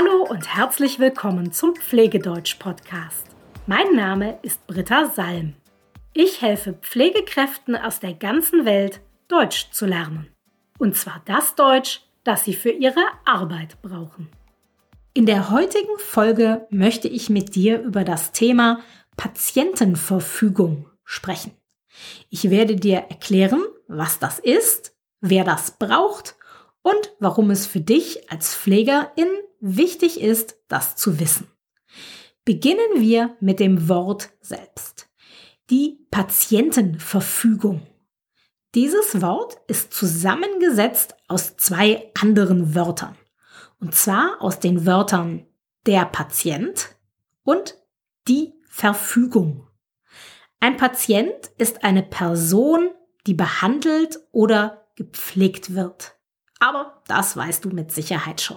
Hallo und herzlich willkommen zum Pflegedeutsch-Podcast. Mein Name ist Britta Salm. Ich helfe Pflegekräften aus der ganzen Welt, Deutsch zu lernen. Und zwar das Deutsch, das sie für ihre Arbeit brauchen. In der heutigen Folge möchte ich mit dir über das Thema Patientenverfügung sprechen. Ich werde dir erklären, was das ist, wer das braucht und warum es für dich als Pflegerin wichtig ist, das zu wissen. Beginnen wir mit dem Wort selbst. Die Patientenverfügung. Dieses Wort ist zusammengesetzt aus zwei anderen Wörtern. Und zwar aus den Wörtern der Patient und die Verfügung. Ein Patient ist eine Person, die behandelt oder gepflegt wird. Aber das weißt du mit Sicherheit schon.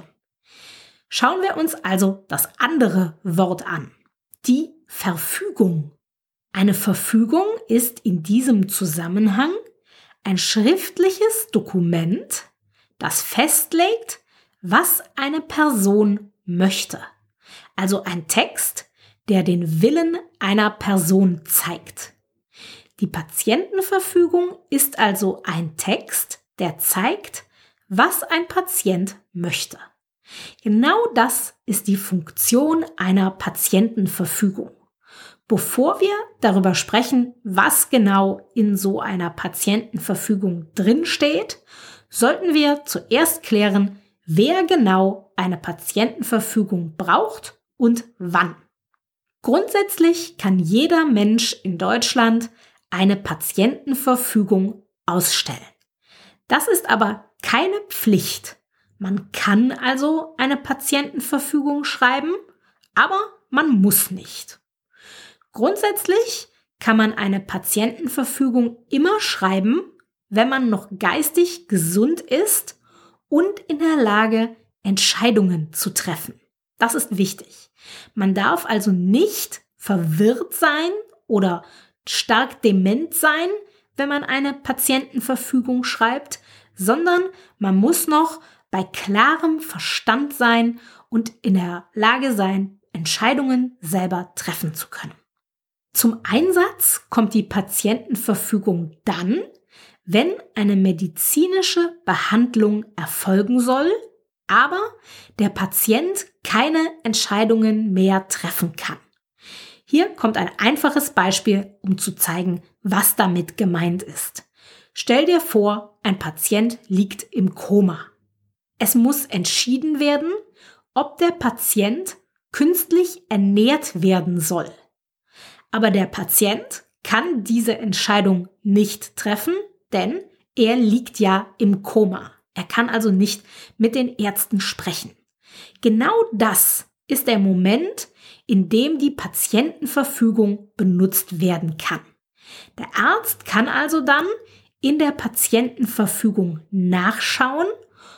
Schauen wir uns also das andere Wort an. Die Verfügung. Eine Verfügung ist in diesem Zusammenhang ein schriftliches Dokument, das festlegt, was eine Person möchte. Also ein Text, der den Willen einer Person zeigt. Die Patientenverfügung ist also ein Text, der zeigt, was ein Patient möchte. Genau das ist die Funktion einer Patientenverfügung. Bevor wir darüber sprechen, was genau in so einer Patientenverfügung drinsteht, sollten wir zuerst klären, wer genau eine Patientenverfügung braucht und wann. Grundsätzlich kann jeder Mensch in Deutschland eine Patientenverfügung ausstellen. Das ist aber keine Pflicht. Man kann also eine Patientenverfügung schreiben, aber man muss nicht. Grundsätzlich kann man eine Patientenverfügung immer schreiben, wenn man noch geistig gesund ist und in der Lage, Entscheidungen zu treffen. Das ist wichtig. Man darf also nicht verwirrt sein oder stark dement sein, wenn man eine Patientenverfügung schreibt, sondern man muss noch bei klarem Verstand sein und in der Lage sein, Entscheidungen selber treffen zu können. Zum Einsatz kommt die Patientenverfügung dann, wenn eine medizinische Behandlung erfolgen soll, aber der Patient keine Entscheidungen mehr treffen kann. Hier kommt ein einfaches Beispiel, um zu zeigen, was damit gemeint ist. Stell dir vor, ein Patient liegt im Koma. Es muss entschieden werden, ob der Patient künstlich ernährt werden soll. Aber der Patient kann diese Entscheidung nicht treffen, denn er liegt ja im Koma. Er kann also nicht mit den Ärzten sprechen. Genau das ist der Moment, in dem die Patientenverfügung benutzt werden kann. Der Arzt kann also dann in der Patientenverfügung nachschauen,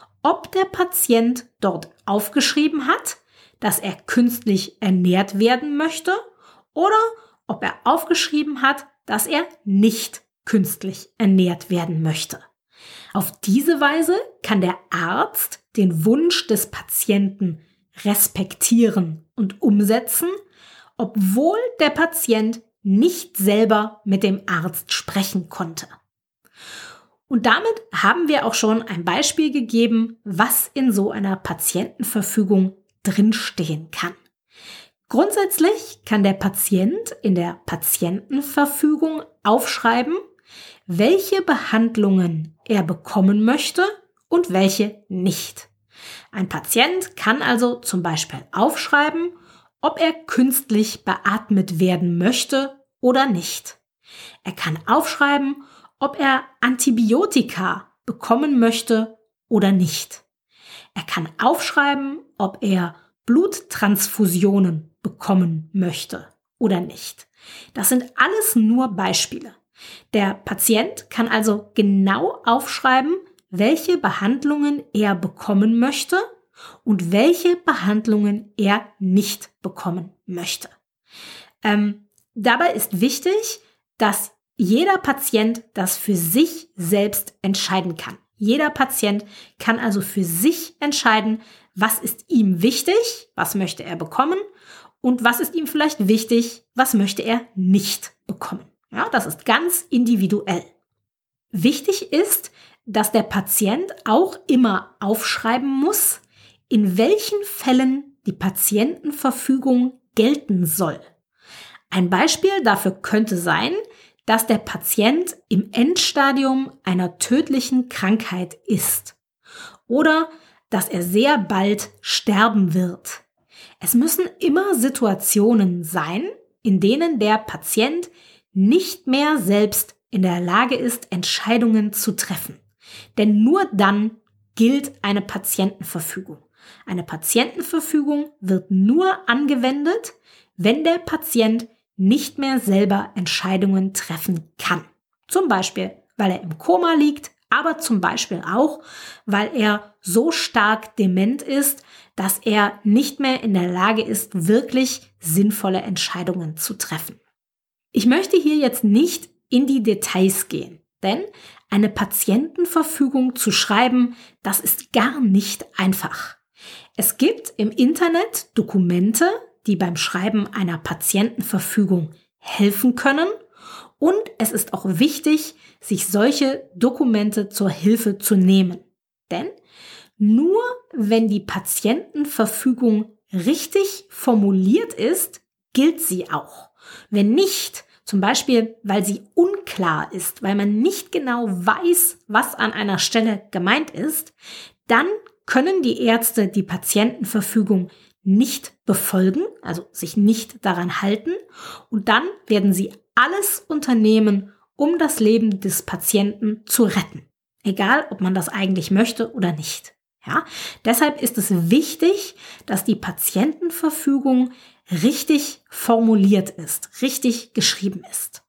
ob der Patient dort aufgeschrieben hat, dass er künstlich ernährt werden möchte oder ob er aufgeschrieben hat, dass er nicht künstlich ernährt werden möchte. Auf diese Weise kann der Arzt den Wunsch des Patienten respektieren und umsetzen, obwohl der Patient nicht selber mit dem Arzt sprechen konnte. Und damit haben wir auch schon ein Beispiel gegeben, was in so einer Patientenverfügung drinstehen kann. Grundsätzlich kann der Patient in der Patientenverfügung aufschreiben, welche Behandlungen er bekommen möchte und welche nicht. Ein Patient kann also zum Beispiel aufschreiben, ob er künstlich beatmet werden möchte oder nicht. Er kann aufschreiben, ob er Antibiotika bekommen möchte oder nicht. Er kann aufschreiben, ob er Bluttransfusionen bekommen möchte oder nicht. Das sind alles nur Beispiele. Der Patient kann also genau aufschreiben, welche Behandlungen er bekommen möchte und welche Behandlungen er nicht bekommen möchte. Dabei ist wichtig, dass jeder Patient das für sich selbst entscheiden kann. Jeder Patient kann also für sich entscheiden, was ist ihm wichtig, was möchte er bekommen und was ist ihm vielleicht wichtig, was möchte er nicht bekommen. Ja, das ist ganz individuell. Wichtig ist, dass der Patient auch immer aufschreiben muss, in welchen Fällen die Patientenverfügung gelten soll. Ein Beispiel dafür könnte sein, dass der Patient im Endstadium einer tödlichen Krankheit ist oder dass er sehr bald sterben wird. Es müssen immer Situationen sein, in denen der Patient nicht mehr selbst in der Lage ist, Entscheidungen zu treffen. Denn nur dann gilt eine Patientenverfügung. Eine Patientenverfügung wird nur angewendet, wenn der Patient nicht mehr selber Entscheidungen treffen kann. Zum Beispiel, weil er im Koma liegt, aber zum Beispiel auch, weil er so stark dement ist, dass er nicht mehr in der Lage ist, wirklich sinnvolle Entscheidungen zu treffen. Ich möchte hier jetzt nicht in die Details gehen, denn eine Patientenverfügung zu schreiben, das ist gar nicht einfach. Es gibt im Internet Dokumente, die beim Schreiben einer Patientenverfügung helfen können, und es ist auch wichtig, sich solche Dokumente zur Hilfe zu nehmen. Denn nur wenn die Patientenverfügung richtig formuliert ist, gilt sie auch. Wenn nicht, zum Beispiel, weil sie unklar ist, weil man nicht genau weiß, was an einer Stelle gemeint ist, dann können die Ärzte die Patientenverfügung nicht befolgen, also sich nicht daran halten, und dann werden sie alles unternehmen, um das Leben des Patienten zu retten. Egal, ob man das eigentlich möchte oder nicht. Ja, deshalb ist es wichtig, dass die Patientenverfügung richtig formuliert ist, richtig geschrieben ist.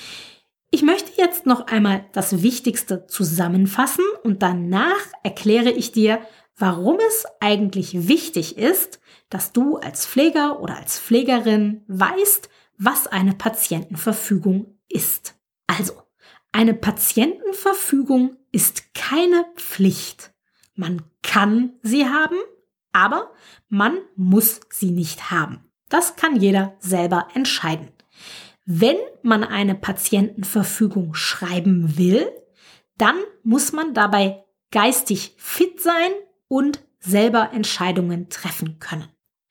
Ich möchte jetzt noch einmal das Wichtigste zusammenfassen und danach erkläre ich dir, warum es eigentlich wichtig ist, dass du als Pfleger oder als Pflegerin weißt, was eine Patientenverfügung ist. Also, eine Patientenverfügung ist keine Pflicht. Man kann sie haben, aber man muss sie nicht haben. Das kann jeder selber entscheiden. Wenn man eine Patientenverfügung schreiben will, dann muss man dabei geistig fit sein und selber Entscheidungen treffen können.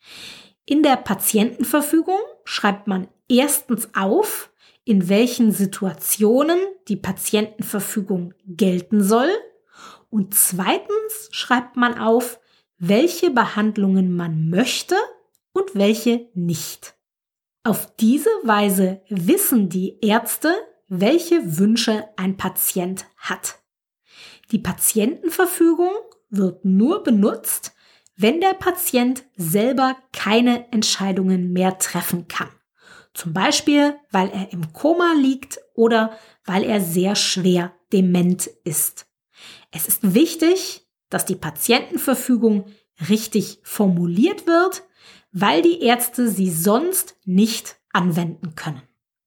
In der Patientenverfügung schreibt man erstens auf, in welchen Situationen die Patientenverfügung gelten soll, und zweitens schreibt man auf, welche Behandlungen man möchte und welche nicht. Auf diese Weise wissen die Ärzte, welche Wünsche ein Patient hat. Die Patientenverfügung wird nur benutzt, wenn der Patient selber keine Entscheidungen mehr treffen kann. Zum Beispiel, weil er im Koma liegt oder weil er sehr schwer dement ist. Es ist wichtig, dass die Patientenverfügung richtig formuliert wird, weil die Ärzte sie sonst nicht anwenden können.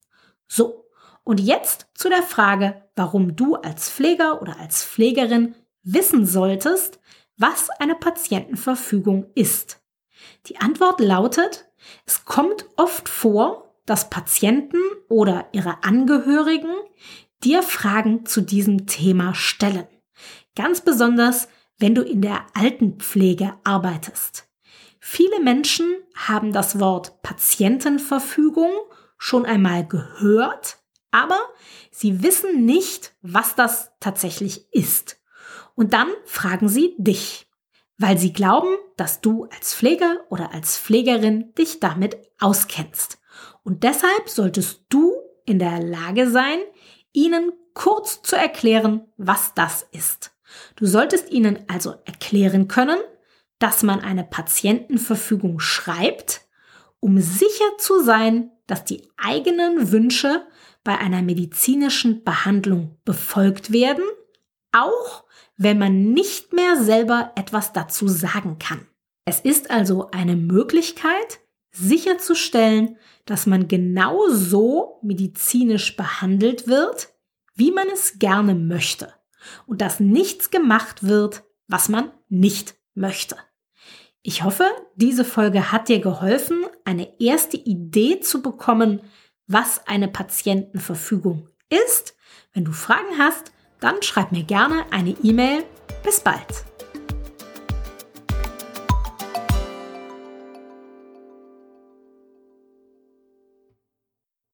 So, und jetzt zu der Frage, warum du als Pfleger oder als Pflegerin wissen solltest, was eine Patientenverfügung ist. Die Antwort lautet, es kommt oft vor, dass Patienten oder ihre Angehörigen dir Fragen zu diesem Thema stellen. Ganz besonders, wenn du in der Altenpflege arbeitest. Viele Menschen haben das Wort Patientenverfügung schon einmal gehört, aber sie wissen nicht, was das tatsächlich ist. Und dann fragen sie dich, weil sie glauben, dass du als Pfleger oder als Pflegerin dich damit auskennst. Und deshalb solltest du in der Lage sein, ihnen kurz zu erklären, was das ist. Du solltest ihnen also erklären können, dass man eine Patientenverfügung schreibt, um sicher zu sein, dass die eigenen Wünsche bei einer medizinischen Behandlung befolgt werden, auch wenn man nicht mehr selber etwas dazu sagen kann. Es ist also eine Möglichkeit, sicherzustellen, dass man genau so medizinisch behandelt wird, wie man es gerne möchte und dass nichts gemacht wird, was man nicht möchte. Ich hoffe, diese Folge hat dir geholfen, eine erste Idee zu bekommen, was eine Patientenverfügung ist. Wenn du Fragen hast, dann schreib mir gerne eine E-Mail. Bis bald!